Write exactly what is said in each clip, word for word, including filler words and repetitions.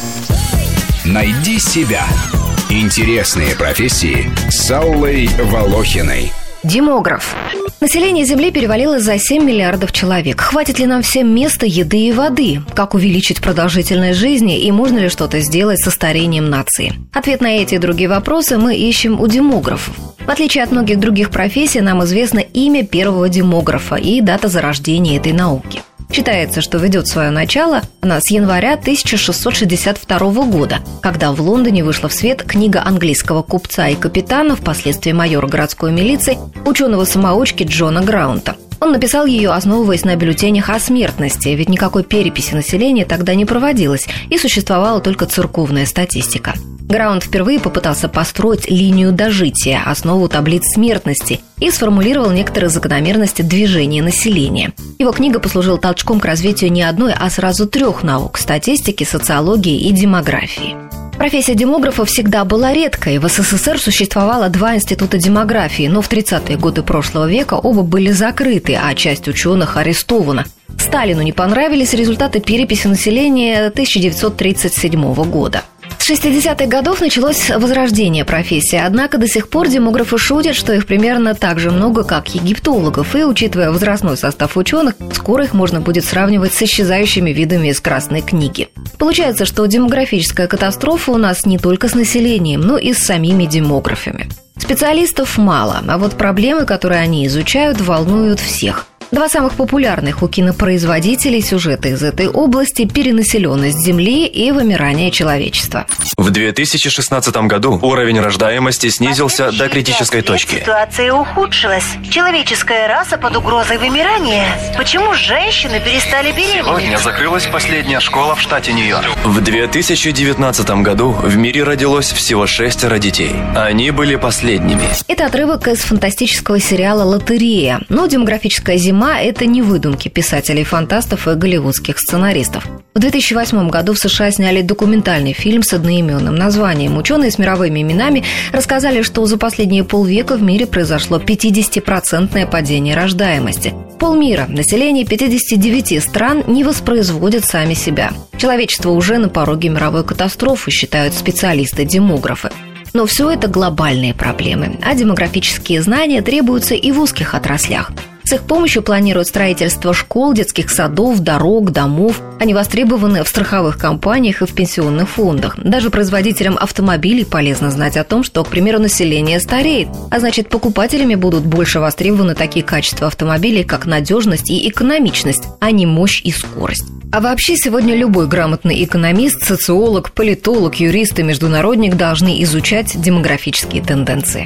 Найди себя. Интересные профессии с Аллой Волохиной. Демограф. Население Земли перевалило за семь миллиардов человек. Хватит ли нам всем места, еды и воды? Как увеличить продолжительность жизни и можно ли что-то сделать со старением нации? Ответ на эти и другие вопросы мы ищем у демографов. В отличие от многих других профессий, нам известно имя первого демографа и дата зарождения этой науки. Считается, что ведет свое начало она с января тысяча шестьсот шестьдесят второго года, когда в Лондоне вышла в свет книга английского купца и капитана, впоследствии майора городской милиции, ученого-самоучки Джона Граунта. Он написал ее, основываясь на бюллетенях о смертности, ведь никакой переписи населения тогда не проводилось, и существовала только церковная статистика. Граунд впервые попытался построить линию дожития, основу таблиц смертности, и сформулировал некоторые закономерности движения населения. Его книга послужила толчком к развитию не одной, а сразу трех наук – статистики, социологии и демографии. Профессия демографа всегда была редкой. В СССР существовало два института демографии, но в тридцатые годы прошлого века оба были закрыты, а часть ученых арестована. Сталину не понравились результаты переписи населения тысяча девятьсот тридцать седьмого года. С шестидесятых годов началось возрождение профессии, однако до сих пор демографы шутят, что их примерно так же много, как египтологов, и, учитывая возрастной состав ученых, скоро их можно будет сравнивать с исчезающими видами из Красной книги. Получается, что демографическая катастрофа у нас не только с населением, но и с самими демографами. Специалистов мало, а вот проблемы, которые они изучают, волнуют всех. Два самых популярных у кинопроизводителей сюжета из этой области – перенаселенность Земли и вымирание человечества. В две тысячи шестнадцатом году уровень рождаемости снизился до критической точки. Ситуация ухудшилась. Человеческая раса под угрозой вымирания. Почему женщины перестали беременеть? Сегодня закрылась последняя школа в штате Нью-Йорк. В две тысячи девятнадцатом году в мире родилось всего шестеро детей. Они были последними. Это отрывок из фантастического сериала «Лотерея». Но демографическая зима – это не выдумки писателей-фантастов и голливудских сценаристов. В две тысячи восьмом году в США сняли документальный фильм с одноименным названием. Ученые с мировыми именами рассказали, что за последние полвека в мире произошло пятидесятипроцентное падение рождаемости. Полмира, население пятидесяти девяти стран не воспроизводят сами себя. Человечество уже на пороге мировой катастрофы, считают специалисты-демографы. Но все это глобальные проблемы, а демографические знания требуются и в узких отраслях. С их помощью планируют строительство школ, детских садов, дорог, домов. Они востребованы в страховых компаниях и в пенсионных фондах. Даже производителям автомобилей полезно знать о том, что, к примеру, население стареет, а значит, покупателями будут больше востребованы такие качества автомобилей, как надежность и экономичность, а не мощь и скорость. А вообще сегодня любой грамотный экономист, социолог, политолог, юрист и международник должны изучать демографические тенденции.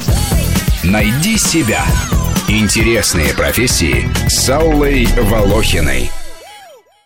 Найди себя. Интересные профессии с Аллой Волохиной.